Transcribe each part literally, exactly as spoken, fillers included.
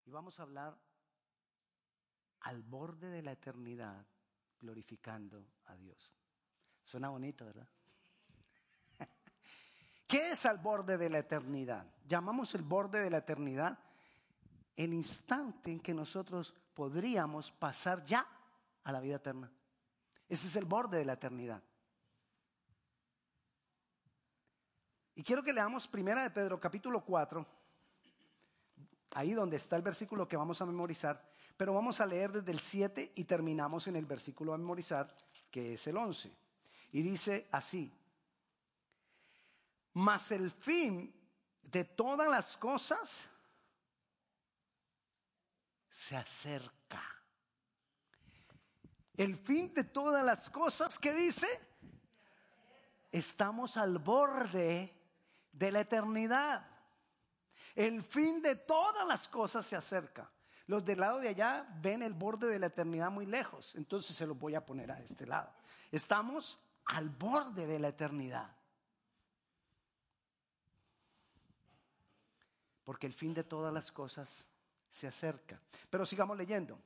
Y vamos a hablar al borde de la eternidad, glorificando a Dios. Suena bonito, ¿verdad? ¿Qué es al borde de la eternidad? Llamamos el borde de la eternidad el instante en que nosotros podríamos pasar ya a la vida eterna. Ese es el borde de la eternidad. Y quiero que leamos Primera de Pedro, capítulo cuatro, ahí donde está el versículo que vamos a memorizar, pero vamos a leer desde el siete y terminamos en el versículo a memorizar, que es el once. Y dice así: mas el fin de todas las cosas se acerca. El fin de todas las cosas, ¿qué dice? Estamos al borde de la eternidad. El fin de todas las cosas se acerca. Los del lado de allá ven el borde de la eternidad muy lejos, entonces se los voy a poner a este lado. Estamos al borde de la eternidad. Porque el fin de todas las cosas se acerca. Pero sigamos leyendo.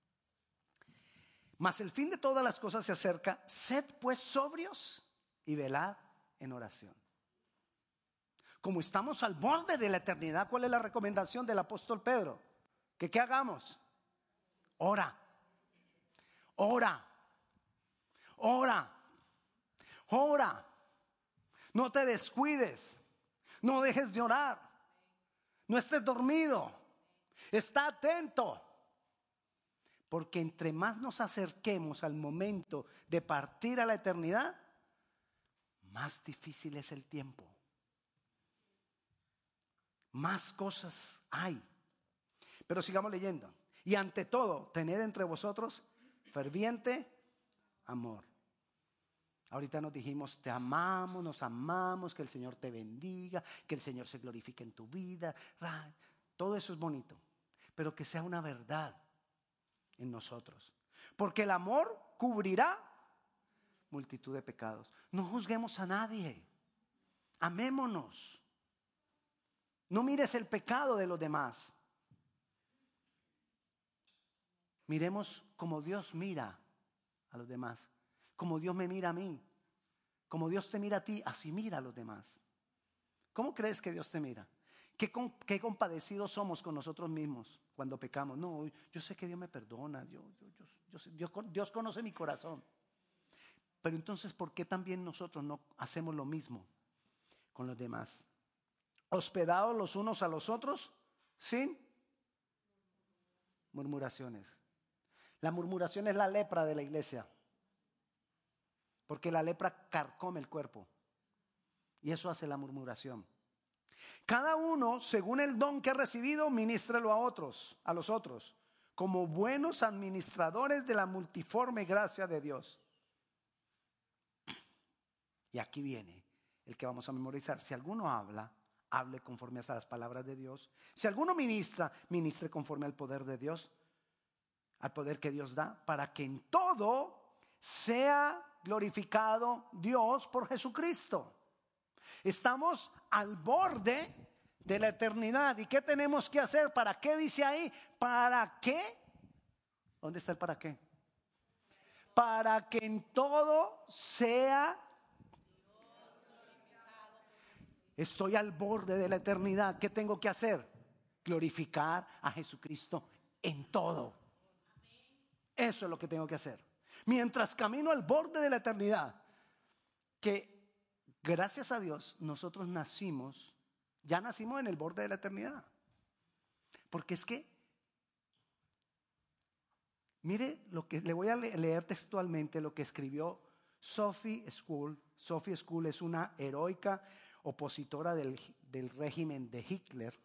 Mas el fin de todas las cosas se acerca. Sed pues sobrios y velad en oración. Como estamos al borde de la eternidad, ¿cuál es la recomendación del apóstol Pedro? ¿Que qué hagamos? Ora. Ora. Ora. Ora. No te descuides. No dejes de orar. No estés dormido. Está atento. Porque entre más nos acerquemos al momento de partir a la eternidad, más difícil es el tiempo. Más cosas hay. Pero sigamos leyendo. Y ante todo, tened entre vosotros ferviente amor. Ahorita nos dijimos, te amamos, nos amamos, que el Señor te bendiga, que el Señor se glorifique en tu vida. Todo eso es bonito, pero que sea una verdad en nosotros. Porque el amor cubrirá multitud de pecados. No juzguemos a nadie. Amémonos. No mires el pecado de los demás. Miremos como Dios mira a los demás. Como Dios me mira a mí. Como Dios te mira a ti, así mira a los demás. ¿Cómo crees que Dios te mira? ¿Qué, qué compadecidos somos con nosotros mismos cuando pecamos? No, yo sé que Dios me perdona. Yo, yo, yo, yo sé, Dios, Dios conoce mi corazón. Pero entonces, ¿por qué también nosotros no hacemos lo mismo con los demás? Hospedados los unos a los otros sin murmuraciones. La murmuración es la lepra de la iglesia. Porque la lepra carcome el cuerpo. Y eso hace la murmuración. Cada uno, según el don que ha recibido, ministrelo a otros, a los otros, como buenos administradores de la multiforme gracia de Dios. Y aquí viene el que vamos a memorizar. Si alguno habla, hable conforme a las palabras de Dios. Si alguno ministra, ministre conforme al poder de Dios, al poder que Dios da, para que en todo sea glorificado Dios por Jesucristo. Estamos al borde de la eternidad. ¿Y qué tenemos que hacer? ¿Para qué dice ahí? ¿Para qué? ¿Dónde está el para qué? Para que en todo sea. Estoy al borde de la eternidad. ¿Qué tengo que hacer? Glorificar a Jesucristo en todo. Eso es lo que tengo que hacer. Mientras camino al borde de la eternidad, que gracias a Dios nosotros nacimos, ya nacimos en el borde de la eternidad. Porque es que, mire lo que le voy a leer textualmente lo que escribió Sophie Scholl. Sophie Scholl es una heroica opositora del, del régimen de Hitler.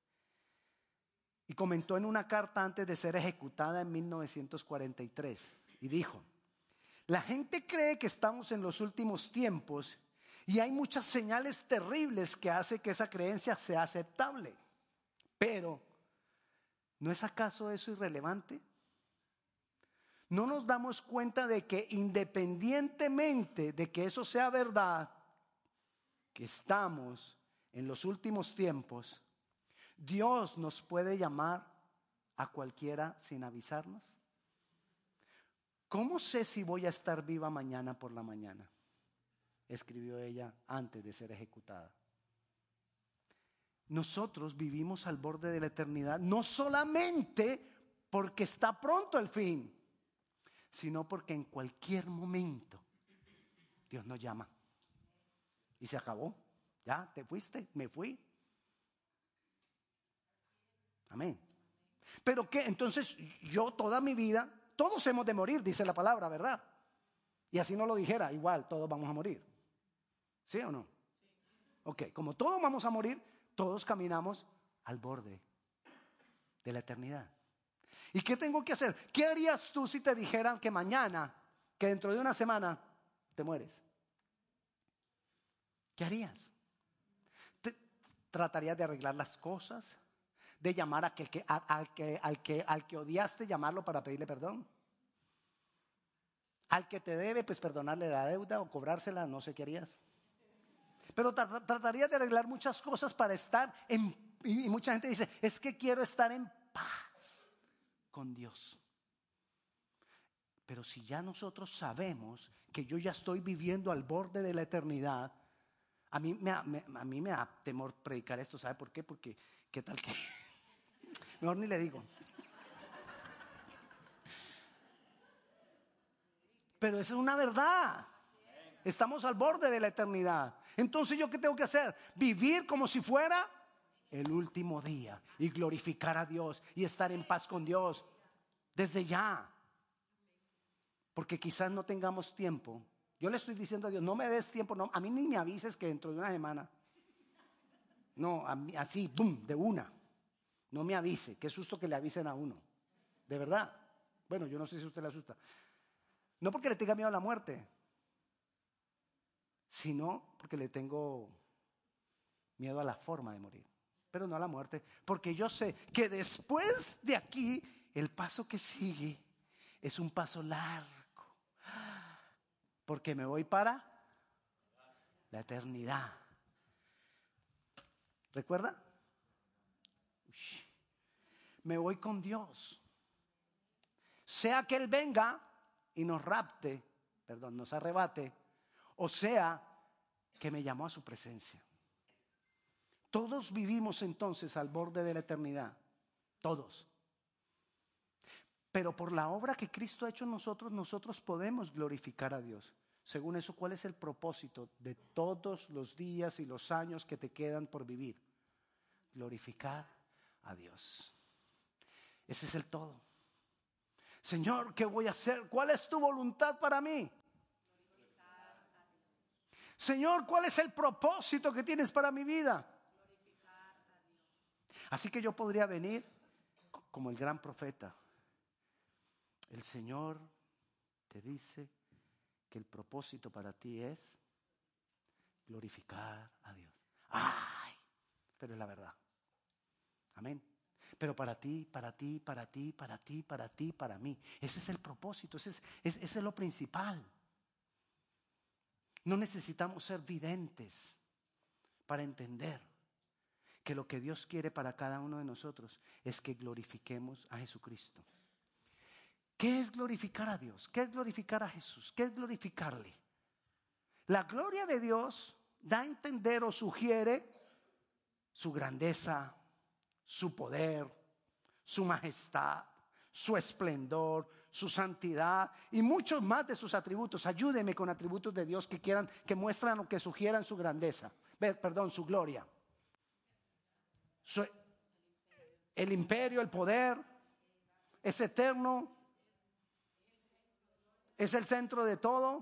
Y comentó en una carta antes de ser ejecutada en mil novecientos cuarenta y tres. Y dijo: la gente cree que estamos en los últimos tiempos y hay muchas señales terribles que hacen que esa creencia sea aceptable. Pero, ¿no es acaso eso irrelevante? ¿No nos damos cuenta de que independientemente de que eso sea verdad, que estamos en los últimos tiempos, Dios nos puede llamar a cualquiera sin avisarnos? ¿Cómo sé si voy a estar viva mañana por la mañana?, escribió ella antes de ser ejecutada. Nosotros vivimos al borde de la eternidad, no solamente porque está pronto el fin, sino porque en cualquier momento Dios nos llama. Y se acabó. Ya, te fuiste, me fui. Amén. Pero qué, entonces yo toda mi vida, todos hemos de morir, dice la palabra, ¿verdad? Y así no lo dijera, igual todos vamos a morir. ¿Sí o no? Ok, como todos vamos a morir, todos caminamos al borde de la eternidad. ¿Y qué tengo que hacer? ¿Qué harías tú si te dijeran que mañana, que dentro de una semana, te mueres? ¿Qué harías? ¿Te, ¿Tratarías de arreglar las cosas? ¿De llamar a aquel que, a, al, que, al, que, al que odiaste, llamarlo para pedirle perdón? Al que te debe, pues perdonarle la deuda o cobrársela, no sé qué harías. Pero tra- tratarías de arreglar muchas cosas para estar en... Y, y mucha gente dice, es que quiero estar en paz con Dios. Pero si ya nosotros sabemos que yo ya estoy viviendo al borde de la eternidad, a mí me, me, a mí me da temor predicar esto. ¿Sabe por qué? Porque qué tal que... Mejor ni le digo. Pero eso es una verdad. Estamos al borde de la eternidad. Entonces, ¿yo qué tengo que hacer? Vivir como si fuera el último día y glorificar a Dios y estar en paz con Dios desde ya. Porque quizás no tengamos tiempo. Yo le estoy diciendo a Dios, no me des tiempo, no, a mí ni me avises que dentro de una semana. No, a mí, así, boom, de una. No me avise, qué susto que le avisen a uno. De verdad. Bueno, yo no sé si a usted le asusta. No porque le tenga miedo a la muerte, sino porque le tengo miedo a la forma de morir, pero no a la muerte, porque yo sé que después de aquí, el paso que sigue es un paso largo, porque me voy para la eternidad. ¿Recuerda? Uy, me voy con Dios. Sea que Él venga y nos rapte, perdón, nos arrebate, o sea que me llamó a su presencia. Todos vivimos entonces al borde de la eternidad, todos. Pero por la obra que Cristo ha hecho en nosotros, nosotros podemos glorificar a Dios. Según eso, ¿cuál es el propósito de todos los días y los años que te quedan por vivir? Glorificar a Dios. Ese es el todo. Señor, ¿qué voy a hacer? ¿Cuál es tu voluntad para mí? Señor, ¿cuál es el propósito que tienes para mi vida? Así que yo podría venir como el gran profeta. El Señor te dice que el propósito para ti es glorificar a Dios. ¡Ay! Pero es la verdad. Amén. Pero para ti, para ti, para ti, para ti, para ti, para mí. Ese es el propósito, ese es, ese es lo principal. No necesitamos ser videntes para entender que lo que Dios quiere para cada uno de nosotros es que glorifiquemos a Jesucristo. ¿Qué es glorificar a Dios? ¿Qué es glorificar a Jesús? ¿Qué es glorificarle? La gloria de Dios da a entender o sugiere su grandeza, su poder, su majestad, su esplendor, su santidad y muchos más de sus atributos. Ayúdeme con atributos de Dios que quieran, que muestran o que sugieran su grandeza. Perdón, su gloria. Su, el imperio, el poder, es eterno, es el centro de todo,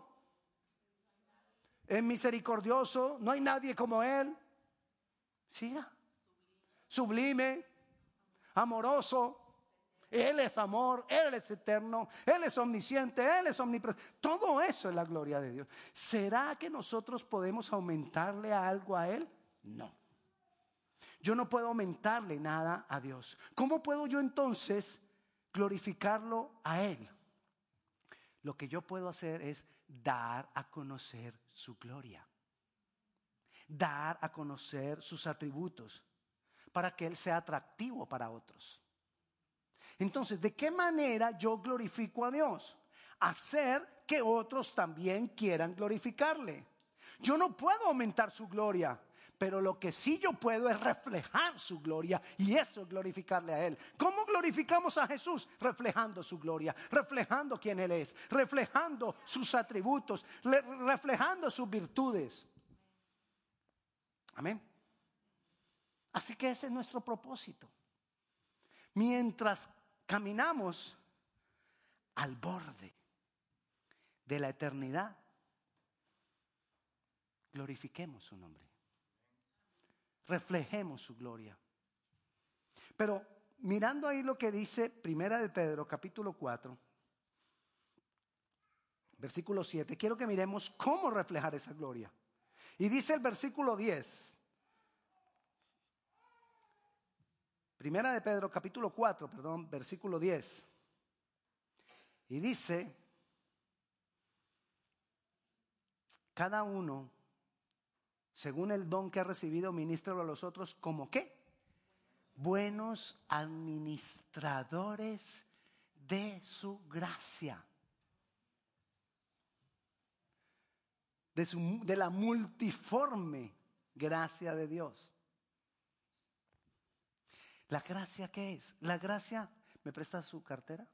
es misericordioso, no hay nadie como Él. Siga. Sublime, amoroso. Él es amor, Él es eterno, Él es omnisciente, Él es omnipresente. Todo eso es la gloria de Dios. ¿Será que nosotros podemos aumentarle algo a Él? No. Yo no puedo aumentarle nada a Dios. ¿Cómo puedo yo entonces glorificarlo a Él? Lo que yo puedo hacer es dar a conocer su gloria. Dar a conocer sus atributos para que Él sea atractivo para otros. Entonces, ¿de qué manera yo glorifico a Dios? Hacer que otros también quieran glorificarle. Yo no puedo aumentar su gloria, pero lo que sí yo puedo es reflejar su gloria, y eso es glorificarle a Él. ¿Cómo glorificamos a Jesús? Reflejando su gloria, reflejando quién Él es, reflejando sus atributos, reflejando sus virtudes. Amén. Así que ese es nuestro propósito. Mientras caminamos al borde de la eternidad, glorifiquemos su nombre. Reflejemos su gloria. Pero mirando ahí lo que dice Primera de Pedro, capítulo cuatro, versículo siete, quiero que miremos cómo reflejar esa gloria. Y dice el versículo diez. Primera de Pedro, capítulo cuatro, perdón, versículo diez. Y dice, cada uno, según el don que ha recibido, ministralo a los otros, ¿como qué? Buenos administradores de su gracia. De, su, de la multiforme gracia de Dios. ¿La gracia qué es? La gracia, ¿me presta su cartera?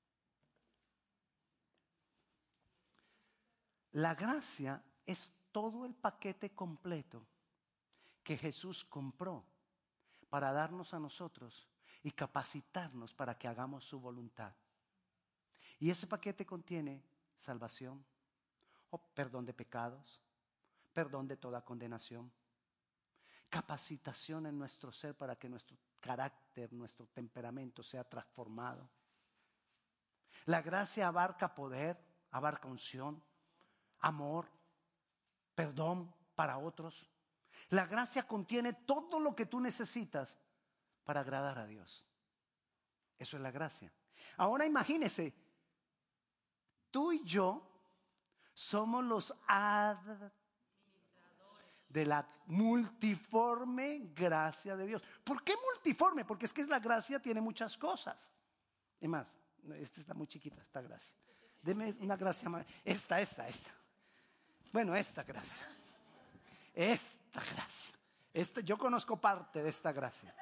La gracia es todo el paquete completo que Jesús compró para darnos a nosotros y capacitarnos para que hagamos su voluntad. Y ese paquete contiene salvación, o perdón de pecados, perdón de toda condenación, capacitación en nuestro ser para que nuestro carácter, nuestro temperamento sea transformado. La gracia abarca poder, abarca unción, amor, perdón para otros. La gracia contiene todo lo que tú necesitas para agradar a Dios. Eso es la gracia. Ahora imagínese, tú y yo somos los ad de la multiforme gracia de Dios. ¿Por qué multiforme? Porque es que la gracia tiene muchas cosas. Es más, esta está muy chiquita, esta gracia. Deme una gracia más. Esta, esta, esta. Bueno, esta gracia. Esta gracia. Esta, yo conozco parte de esta gracia.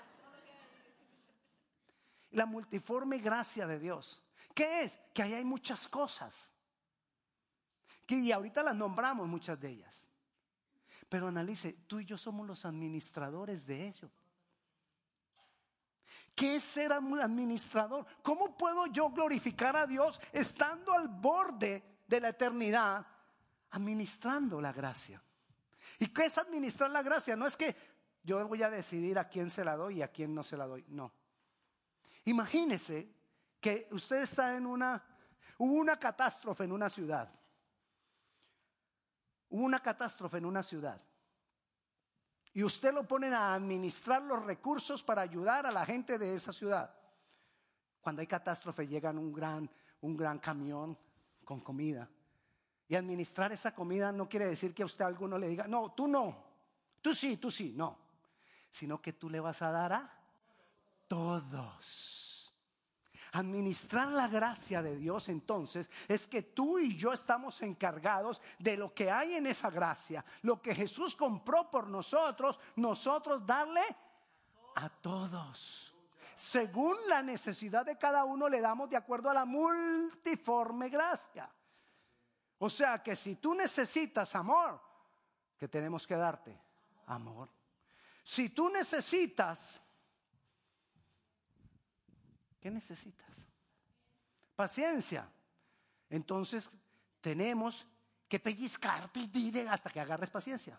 La multiforme gracia de Dios. ¿Qué es? Que ahí hay muchas cosas. Que, y ahorita las nombramos muchas de ellas. Pero analice, tú y yo somos los administradores de ello. ¿Qué es ser administrador? ¿Cómo puedo yo glorificar a Dios estando al borde de la eternidad, administrando la gracia? ¿Y qué es administrar la gracia? No es que yo voy a decidir a quién se la doy y a quién no se la doy. No. Imagínese que usted está en una, hubo una catástrofe en una ciudad. Hubo una catástrofe en una ciudad. Y usted lo ponen a administrar los recursos para ayudar a la gente de esa ciudad. Cuando hay catástrofe llegan un gran, un gran camión con comida. Y administrar esa comida no quiere decir que a usted a alguno le diga, no, tú no, tú sí, tú sí, no. Sino que tú le vas a dar a todos. Administrar la gracia de Dios entonces es que tú y yo estamos encargados de lo que hay en esa gracia. Lo que Jesús compró por nosotros, nosotros darle a todos. Según la necesidad de cada uno le damos de acuerdo a la multiforme gracia. O sea que si tú necesitas amor, ¿qué tenemos que darte? Amor. Si tú necesitas, ¿qué necesitas? Paciencia. Entonces tenemos que pellizcarte hasta que agarres paciencia.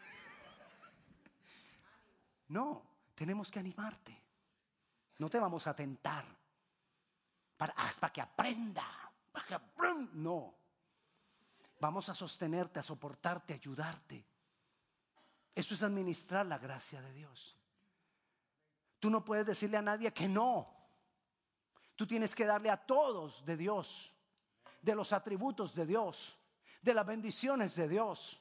No, tenemos que animarte. No te vamos a tentar para, para que aprenda. Para que aprenda. No. Vamos a sostenerte, a soportarte, a ayudarte. Eso es administrar la gracia de Dios. Tú no puedes decirle a nadie que no. Tú tienes que darle a todos de Dios, de los atributos de Dios, de las bendiciones de Dios.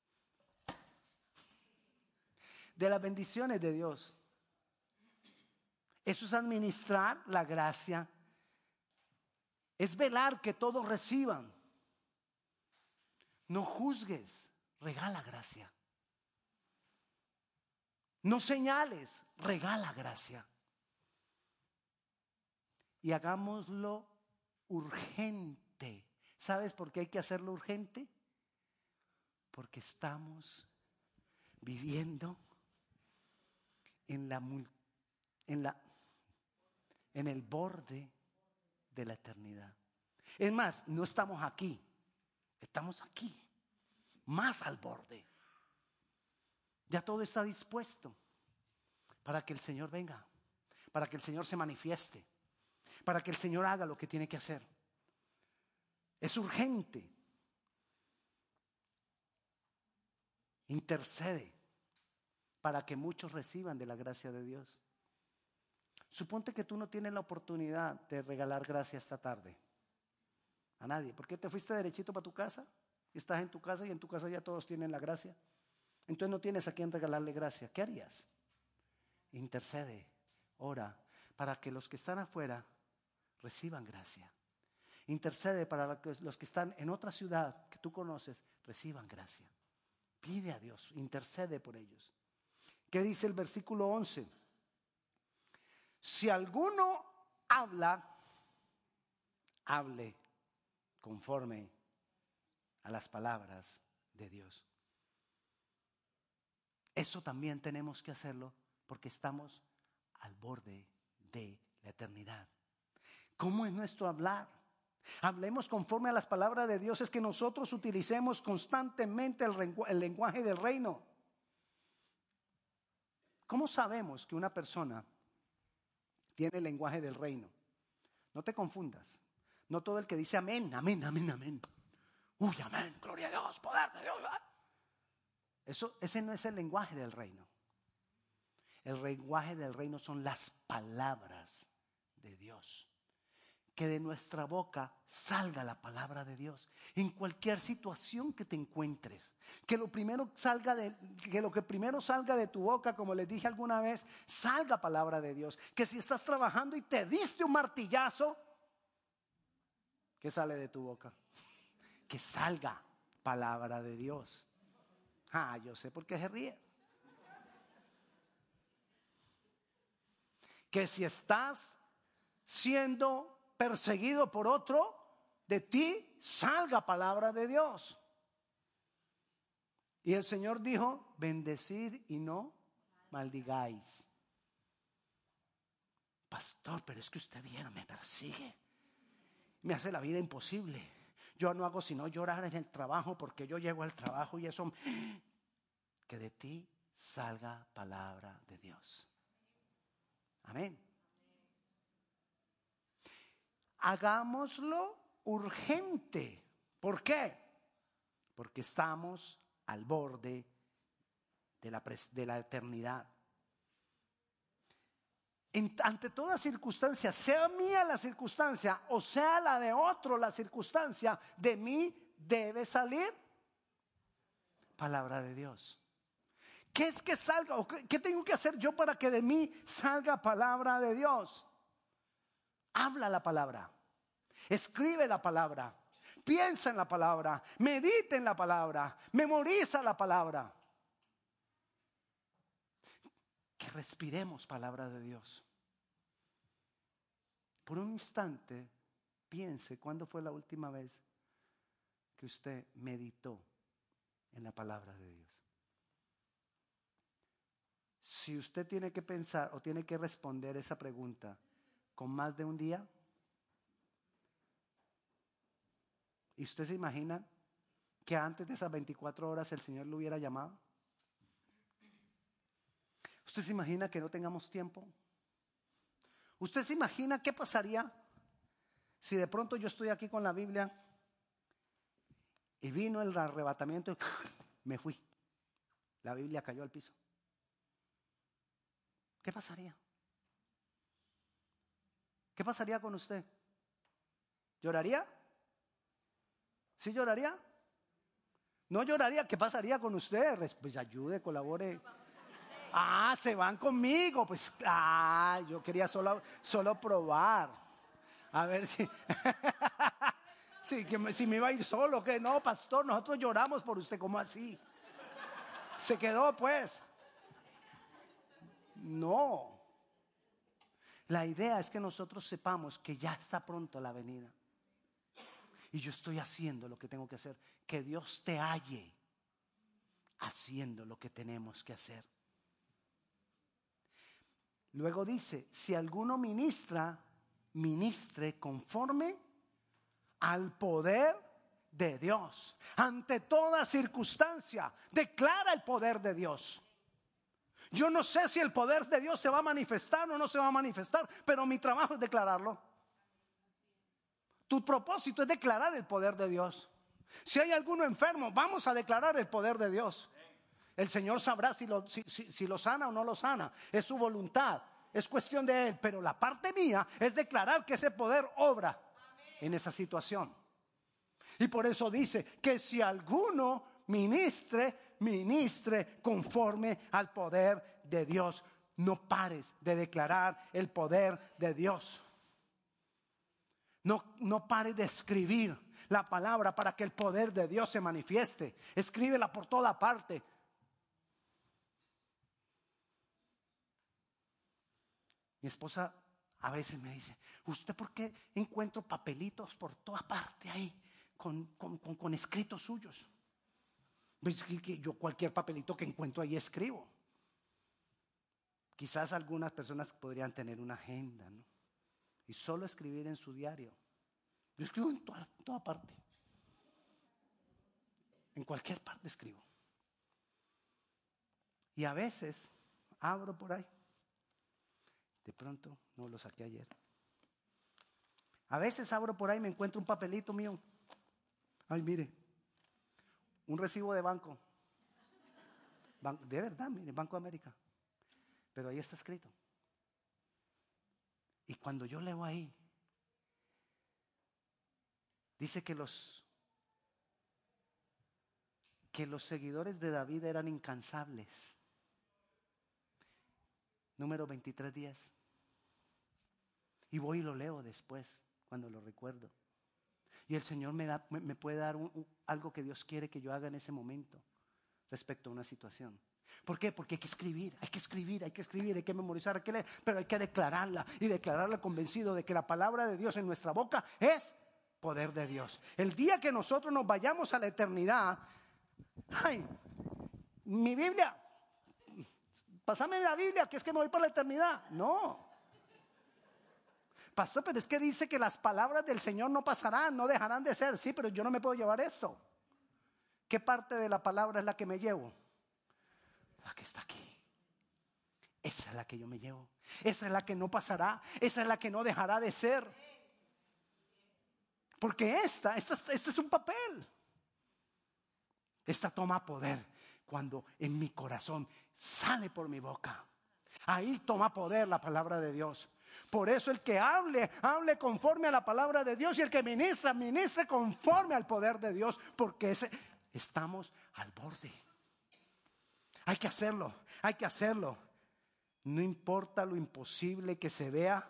De las bendiciones de Dios. Eso es administrar la gracia. Es velar que todos reciban. No juzgues, regala gracia. No señales, regala gracia. Y hagámoslo urgente. ¿Sabes por qué hay que hacerlo urgente? Porque estamos viviendo en la, en la, en el borde de la eternidad. Es más, no estamos aquí, estamos aquí, más al borde. Ya todo está dispuesto para que el Señor venga, para que el Señor se manifieste, para que el Señor haga lo que tiene que hacer. Es urgente. Intercede para que muchos reciban de la gracia de Dios. Suponte que tú no tienes la oportunidad de regalar gracia esta tarde a nadie. ¿Por qué te fuiste derechito para tu casa? Estás en tu casa y en tu casa ya todos tienen la gracia. Entonces no tienes a quien regalarle gracia. ¿Qué harías? Intercede, ora, para que los que están afuera reciban gracia. Intercede para que los que están en otra ciudad que tú conoces reciban gracia. Pide a Dios, intercede por ellos. ¿Qué dice el versículo once? Si alguno habla, hable conforme a las palabras de Dios. Eso también tenemos que hacerlo porque estamos al borde de la eternidad. ¿Cómo es nuestro hablar? Hablemos conforme a las palabras de Dios. Es que nosotros utilicemos constantemente el, lengu- el lenguaje del reino. ¿Cómo sabemos que una persona tiene el lenguaje del reino? No te confundas. No todo el que dice amén, amén, amén, amén. Uy, amén, gloria a Dios, poder de Dios. Eso, ese no es el lenguaje del reino. El lenguaje del reino son las palabras de Dios. Que de nuestra boca salga la palabra de Dios en cualquier situación que te encuentres. Que lo primero salga de, que lo que primero salga de tu boca, como les dije alguna vez, salga palabra de Dios. Que si estás trabajando y te diste un martillazo, ¿qué sale de tu boca? Que salga palabra de Dios. Ah, yo sé por qué se ríe. Que si estás siendo perseguido por otro, de ti salga palabra de Dios. Y el Señor dijo, bendecid y no maldigáis. Pastor, pero es que usted viene, me persigue, me hace la vida imposible. Yo no hago sino llorar en el trabajo porque yo llego al trabajo y eso. Que de ti salga palabra de Dios. Amén. Hagámoslo urgente. ¿Por qué? Porque estamos al borde de la, de la eternidad. En, ante toda circunstancia, sea mía la circunstancia o sea la de otro la circunstancia, de mí debe salir palabra de Dios. ¿Qué es que salga? ¿O qué, qué tengo que hacer yo para que de mí salga palabra de Dios? Habla la palabra, escribe la palabra, piensa en la palabra, medita en la palabra, memoriza la palabra. Que respiremos palabra de Dios. Por un instante, piense cuándo fue la última vez que usted meditó en la palabra de Dios. Si usted tiene que pensar o tiene que responder esa pregunta con más de un día, ¿y usted se imagina que antes de esas veinticuatro horas el Señor lo hubiera llamado? ¿Usted se imagina que no tengamos tiempo? ¿Usted se imagina qué pasaría si de pronto yo estoy aquí con la Biblia y vino el arrebatamiento y me fui? La Biblia cayó al piso. ¿Qué pasaría? ¿Qué pasaría con usted? ¿Lloraría? ¿Sí lloraría? ¿No lloraría? ¿Qué pasaría con usted? Pues ayude, colabore. Ah, se van conmigo. Pues, ah, yo quería solo, solo probar. A ver si... sí, que me, si me iba a ir solo. Que no, pastor, nosotros lloramos por usted. ¿Cómo así? Se quedó, pues. No. La idea es que nosotros sepamos que ya está pronto la venida. Y yo estoy haciendo lo que tengo que hacer. Que Dios te halle haciendo lo que tenemos que hacer. Luego dice, si alguno ministra, ministre conforme al poder de Dios. Ante toda circunstancia, declara el poder de Dios. Yo no sé si el poder de Dios se va a manifestar o no se va a manifestar, pero mi trabajo es declararlo. Tu propósito es declarar el poder de Dios. Si hay alguno enfermo, vamos a declarar el poder de Dios. El Señor sabrá si lo, si, si, si lo sana o no lo sana. Es su voluntad, es cuestión de Él. Pero la parte mía es declarar que ese poder obra en esa situación. Y por eso dice que si alguno ministre, ministre conforme al poder de Dios. No pares de declarar el poder de Dios. No, no pares de escribir la palabra para que el poder de Dios se manifieste. Escríbela por toda parte. Mi esposa a veces me dice, ¿usted por qué encuentro papelitos por toda parte ahí con, con, con, con escritos suyos? Pues que yo cualquier papelito que encuentro ahí escribo. Quizás algunas personas podrían tener una agenda, ¿no? Y solo escribir en su diario. Yo escribo en toda, en toda parte. En cualquier parte escribo. Y a veces abro por ahí. De pronto, no lo saqué ayer. A veces abro por ahí y me encuentro un papelito mío. Ay, mire, un recibo de banco. De verdad, mire, Banco de América. Pero ahí está escrito. Y cuando yo leo ahí, dice que los que los seguidores de David eran incansables. Número veintitrés diez. Y voy y lo leo después, cuando lo recuerdo. Y el Señor me, da, me, me puede dar un, un, algo que Dios quiere que yo haga en ese momento respecto a una situación. ¿Por qué? Porque hay que escribir, hay que escribir, hay que escribir, hay que memorizar, hay que leer, pero hay que declararla y declararla convencido de que la palabra de Dios en nuestra boca es poder de Dios. El día que nosotros nos vayamos a la eternidad, ay, mi Biblia, pásame la Biblia, que es que me voy para la eternidad. No. Pastor, pero es que dice que las palabras del Señor no pasarán, no dejarán de ser. Sí, pero yo no me puedo llevar esto. ¿Qué parte de la palabra es la que me llevo? La que está aquí. Esa es la que yo me llevo. Esa es la que no pasará. Esa es la que no dejará de ser. Porque esta, esta, este es un papel. Esta toma poder cuando en mi corazón sale por mi boca. Ahí toma poder la palabra de Dios. Por eso el que hable, hable conforme a la palabra de Dios. Y el que ministra, ministre conforme al poder de Dios. Porque ese, estamos al borde. Hay que hacerlo, hay que hacerlo. No importa lo imposible que se vea,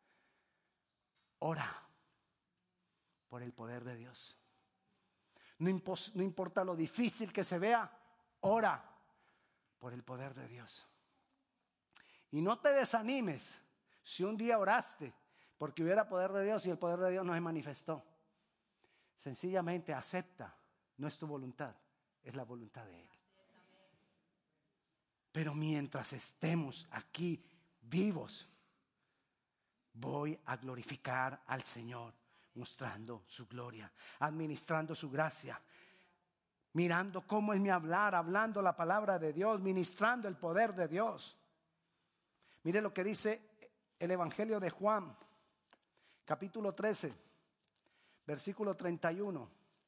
ora por el poder de Dios. No, impos, no importa lo difícil que se vea, ora por el poder de Dios. Y no te desanimes si un día oraste porque hubiera poder de Dios y el poder de Dios no se manifestó. Sencillamente acepta, no es tu voluntad, es la voluntad de Él. Pero mientras estemos aquí vivos, voy a glorificar al Señor, mostrando su gloria, administrando su gracia, mirando cómo es mi hablar, hablando la palabra de Dios, ministrando el poder de Dios. Mire lo que dice el Evangelio de Juan, capítulo trece, versículo treinta y uno.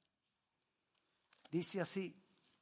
Dice así: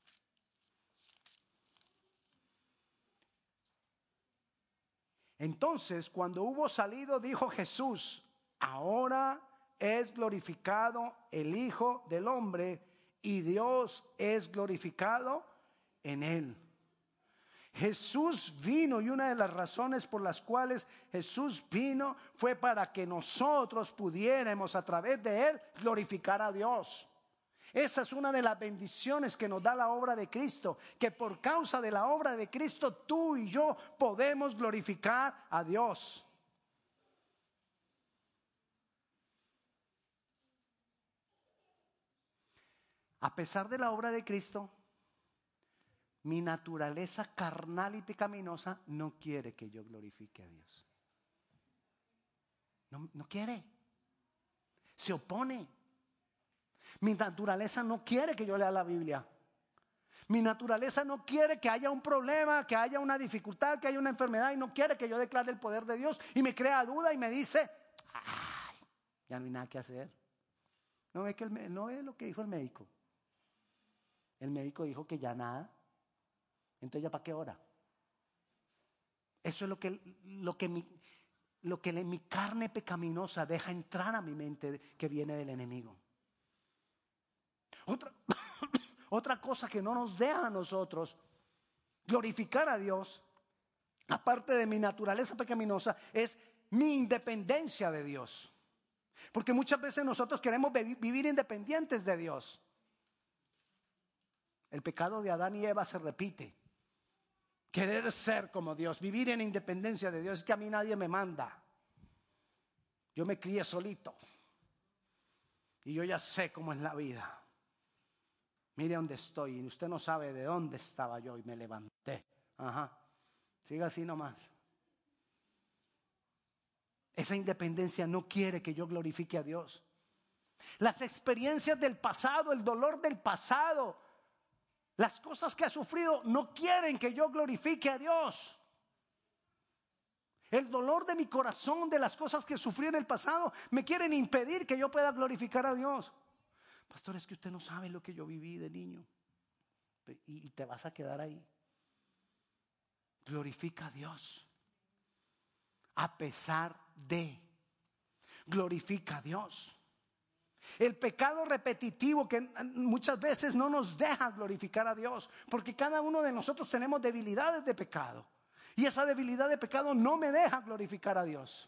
entonces, cuando hubo salido, dijo Jesús: ahora es glorificado el Hijo del Hombre y Dios es glorificado en él. Jesús vino, y una de las razones por las cuales Jesús vino fue para que nosotros pudiéramos a través de Él glorificar a Dios. Esa es una de las bendiciones que nos da la obra de Cristo, que por causa de la obra de Cristo tú y yo podemos glorificar a Dios. A pesar de la obra de Cristo, mi naturaleza carnal y pecaminosa no quiere que yo glorifique a Dios. No, no quiere. Se opone. Mi naturaleza no quiere que yo lea la Biblia. Mi naturaleza no quiere que haya un problema, que haya una dificultad, que haya una enfermedad, y no quiere que yo declare el poder de Dios, y me crea duda y me dice, ay, ya no hay nada que hacer. ¿No ve, que el, no ve lo que dijo el médico? El médico dijo que ya nada. Entonces, ¿ya para qué hora? Eso es lo que, lo que, mi, lo que mi carne pecaminosa deja entrar a mi mente, que viene del enemigo. Otra, otra cosa que no nos deja a nosotros glorificar a Dios, aparte de mi naturaleza pecaminosa, es mi independencia de Dios. Porque muchas veces nosotros queremos vivir independientes de Dios. El pecado de Adán y Eva se repite. Querer ser como Dios, vivir en independencia de Dios. Es que a mí nadie me manda. Yo me crié solito. Y yo ya sé cómo es la vida. Mire dónde estoy. Y usted no sabe de dónde estaba yo y me levanté. Ajá. Siga así nomás. Esa independencia no quiere que yo glorifique a Dios. Las experiencias del pasado, el dolor del pasado, las cosas que ha sufrido no quieren que yo glorifique a Dios. El dolor de mi corazón, de las cosas que sufrí en el pasado, me quieren impedir que yo pueda glorificar a Dios. Pastor, es que usted no sabe lo que yo viví de niño. Y te vas a quedar ahí. Glorifica a Dios. A pesar de. Glorifica a Dios. El pecado repetitivo que muchas veces no nos deja glorificar a Dios, porque cada uno de nosotros tenemos debilidades de pecado, y esa debilidad de pecado no me deja glorificar a Dios.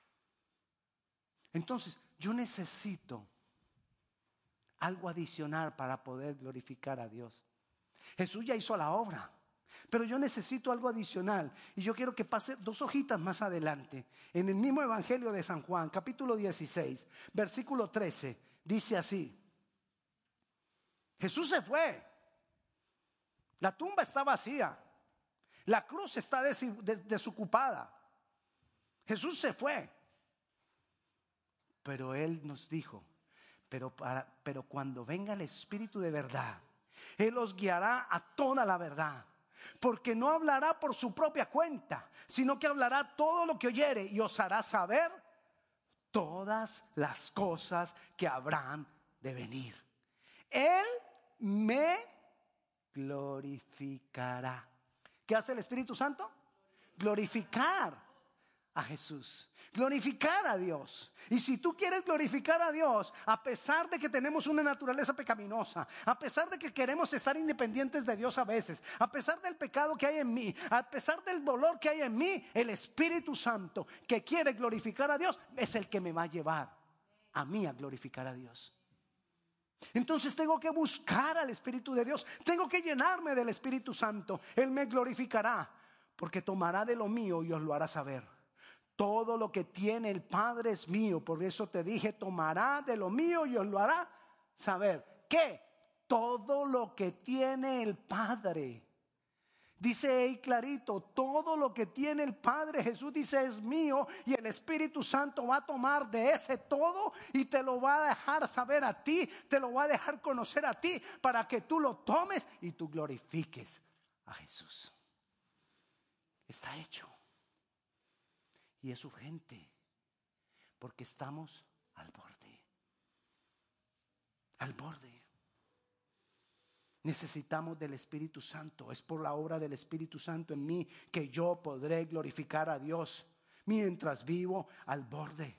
Entonces yo necesito algo adicional para poder glorificar a Dios. Jesús ya hizo la obra, pero yo necesito algo adicional, y yo quiero que pase dos hojitas más adelante. En el mismo Evangelio de San Juan, capítulo dieciséis, versículo trece, dice así: Jesús se fue, la tumba está vacía, la cruz está des- des- desocupada. Jesús se fue, pero Él nos dijo, pero, para, pero cuando venga el Espíritu de verdad, Él os guiará a toda la verdad. Porque no hablará por su propia cuenta, sino que hablará todo lo que oyere y os hará saber todas las cosas que habrán de venir. Él me glorificará. ¿Qué hace el Espíritu Santo? Glorificar a Jesús, glorificar a Dios. Y si tú quieres glorificar a Dios, a pesar de que tenemos una naturaleza pecaminosa, a pesar de que queremos estar independientes de Dios a veces, a pesar del pecado que hay en mí, a pesar del dolor que hay en mí, el Espíritu Santo que quiere glorificar a Dios es el que me va a llevar a mí a glorificar a Dios. Entonces tengo que buscar al Espíritu de Dios, tengo que llenarme del Espíritu Santo. Él me glorificará porque tomará de lo mío y os lo hará saber. Todo lo que tiene el Padre es mío. Por eso te dije, tomará de lo mío y os lo hará saber. ¿Qué? Todo lo que tiene el Padre. Dice ahí clarito, todo lo que tiene el Padre, Jesús dice, es mío. Y el Espíritu Santo va a tomar de ese todo y te lo va a dejar saber a ti. Te lo va a dejar conocer a ti para que tú lo tomes y tú glorifiques a Jesús. Está hecho. Y es urgente, porque estamos al borde, al borde. Necesitamos del Espíritu Santo. Es por la obra del Espíritu Santo en mí que yo podré glorificar a Dios mientras vivo al borde.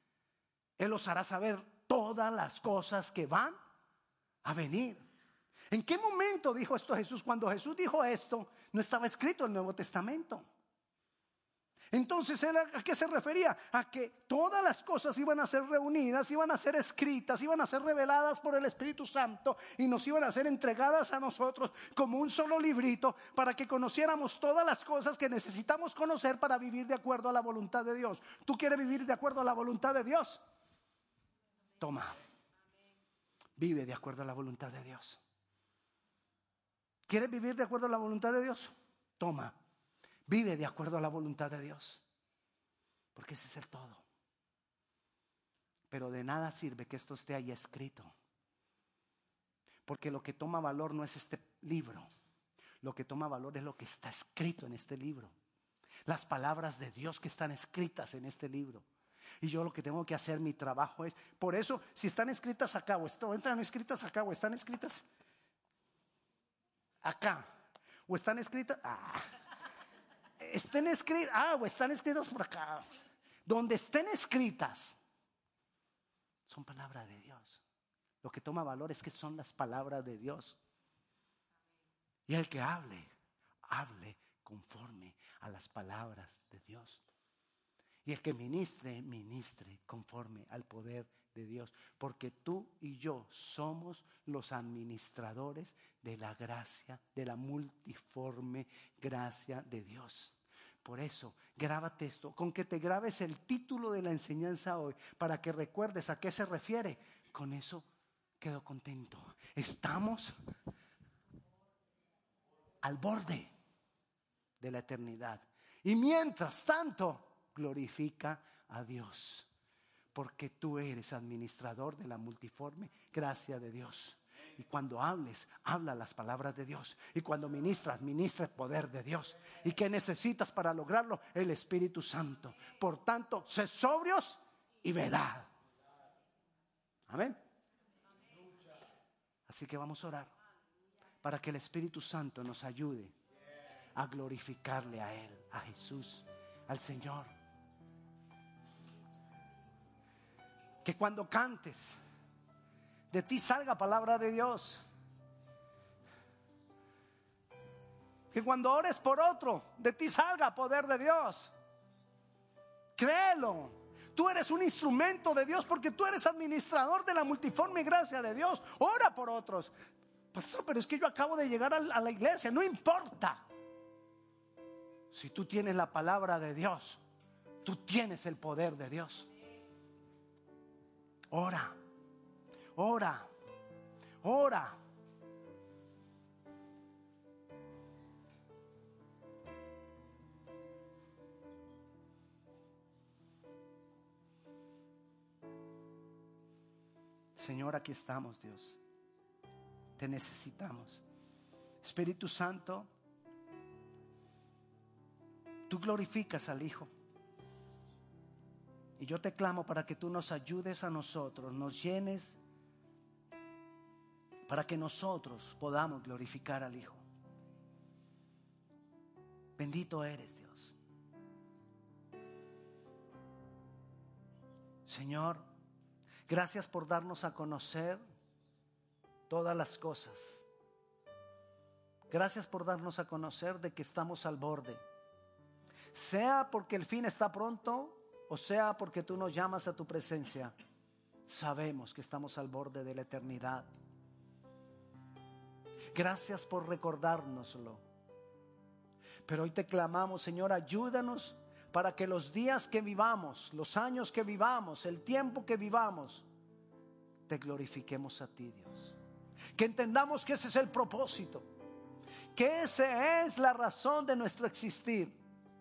Él os hará saber todas las cosas que van a venir. ¿En qué momento dijo esto Jesús? Cuando Jesús dijo esto, no estaba escrito en el Nuevo Testamento. Entonces, ¿él a qué se refería? A que todas las cosas iban a ser reunidas, iban a ser escritas, iban a ser reveladas por el Espíritu Santo y nos iban a ser entregadas a nosotros como un solo librito para que conociéramos todas las cosas que necesitamos conocer para vivir de acuerdo a la voluntad de Dios. ¿Tú quieres vivir de acuerdo a la voluntad de Dios? Toma, vive de acuerdo a la voluntad de Dios. ¿Quieres vivir de acuerdo a la voluntad de Dios? Toma, vive de acuerdo a la voluntad de Dios. Porque ese es el todo. Pero de nada sirve que esto esté ahí escrito. Porque lo que toma valor no es este libro. Lo que toma valor es lo que está escrito en este libro. Las palabras de Dios que están escritas en este libro. Y yo lo que tengo que hacer, mi trabajo es, por eso, si están escritas acá o están escritas acá o están escritas acá o están escritas, ah, estén escritas, ah, o están escritas por acá. Donde estén escritas, son palabras de Dios. Lo que toma valor es que son las palabras de Dios. Y el que hable, hable conforme a las palabras de Dios. Y el que ministre, ministre conforme al poder de Dios. Porque tú y yo somos los administradores de la gracia, de la multiforme gracia de Dios. Por eso, grábate esto. Con que te grabes el título de la enseñanza hoy, para que recuerdes a qué se refiere. Con eso quedo contento. Estamos al borde de la eternidad. Y mientras tanto, glorifica a Dios, porque tú eres administrador de la multiforme gracia de Dios. Y cuando hables, habla las palabras de Dios. Y cuando ministras, ministra el poder de Dios. ¿Y qué necesitas para lograrlo? El Espíritu Santo. Por tanto, sé sobrios y velad. Amén. Así que vamos a orar para que el Espíritu Santo nos ayude a glorificarle a Él, a Jesús, al Señor. Que cuando cantes, de ti salga palabra de Dios. Que cuando ores por otro, de ti salga poder de Dios. Créelo. Tú eres un instrumento de Dios porque tú eres administrador de la multiforme gracia de Dios. Ora por otros. Pastor, pero es que yo acabo de llegar a la iglesia. No importa. Si tú tienes la palabra de Dios, tú tienes el poder de Dios. Ora. Ora, ora. Señor, aquí estamos, Dios. Te necesitamos. Espíritu Santo, tú glorificas al Hijo. Y yo te clamo para que tú nos ayudes a nosotros, nos llenes, para que nosotros podamos glorificar al Hijo. Bendito eres, Dios. Señor, gracias por darnos a conocer todas las cosas. Gracias por darnos a conocer de que estamos al borde. Sea porque el fin está pronto, o sea porque tú nos llamas a tu presencia. Sabemos que estamos al borde de la eternidad. Gracias por recordárnoslo. Pero hoy te clamamos, Señor, ayúdanos para que los días que vivamos, los años que vivamos, el tiempo que vivamos, te glorifiquemos a ti, Dios. Que entendamos que ese es el propósito, que esa es la razón de nuestro existir.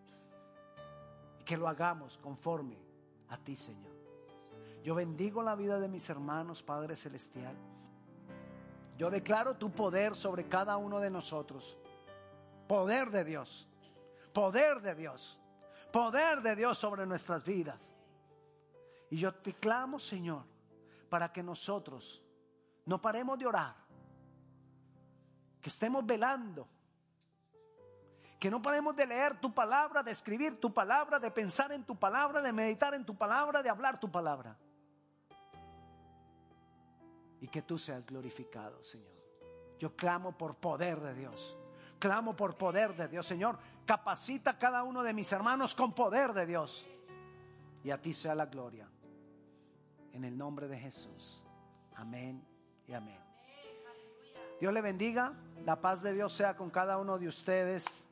Y que lo hagamos conforme a ti, Señor. Yo bendigo la vida de mis hermanos, Padre Celestial. Yo declaro tu poder sobre cada uno de nosotros. Poder de Dios. Poder de Dios. Poder de Dios sobre nuestras vidas. Y yo te clamo, Señor, para que nosotros no paremos de orar. Que estemos velando. Que no paremos de leer tu palabra, de escribir tu palabra, de pensar en tu palabra, de meditar en tu palabra, de hablar tu palabra. Y que tú seas glorificado, Señor. Yo clamo por poder de Dios. Clamo por poder de Dios. Señor, capacita a cada uno de mis hermanos con poder de Dios. Y a ti sea la gloria. En el nombre de Jesús. Amén y amén. Dios le bendiga. La paz de Dios sea con cada uno de ustedes.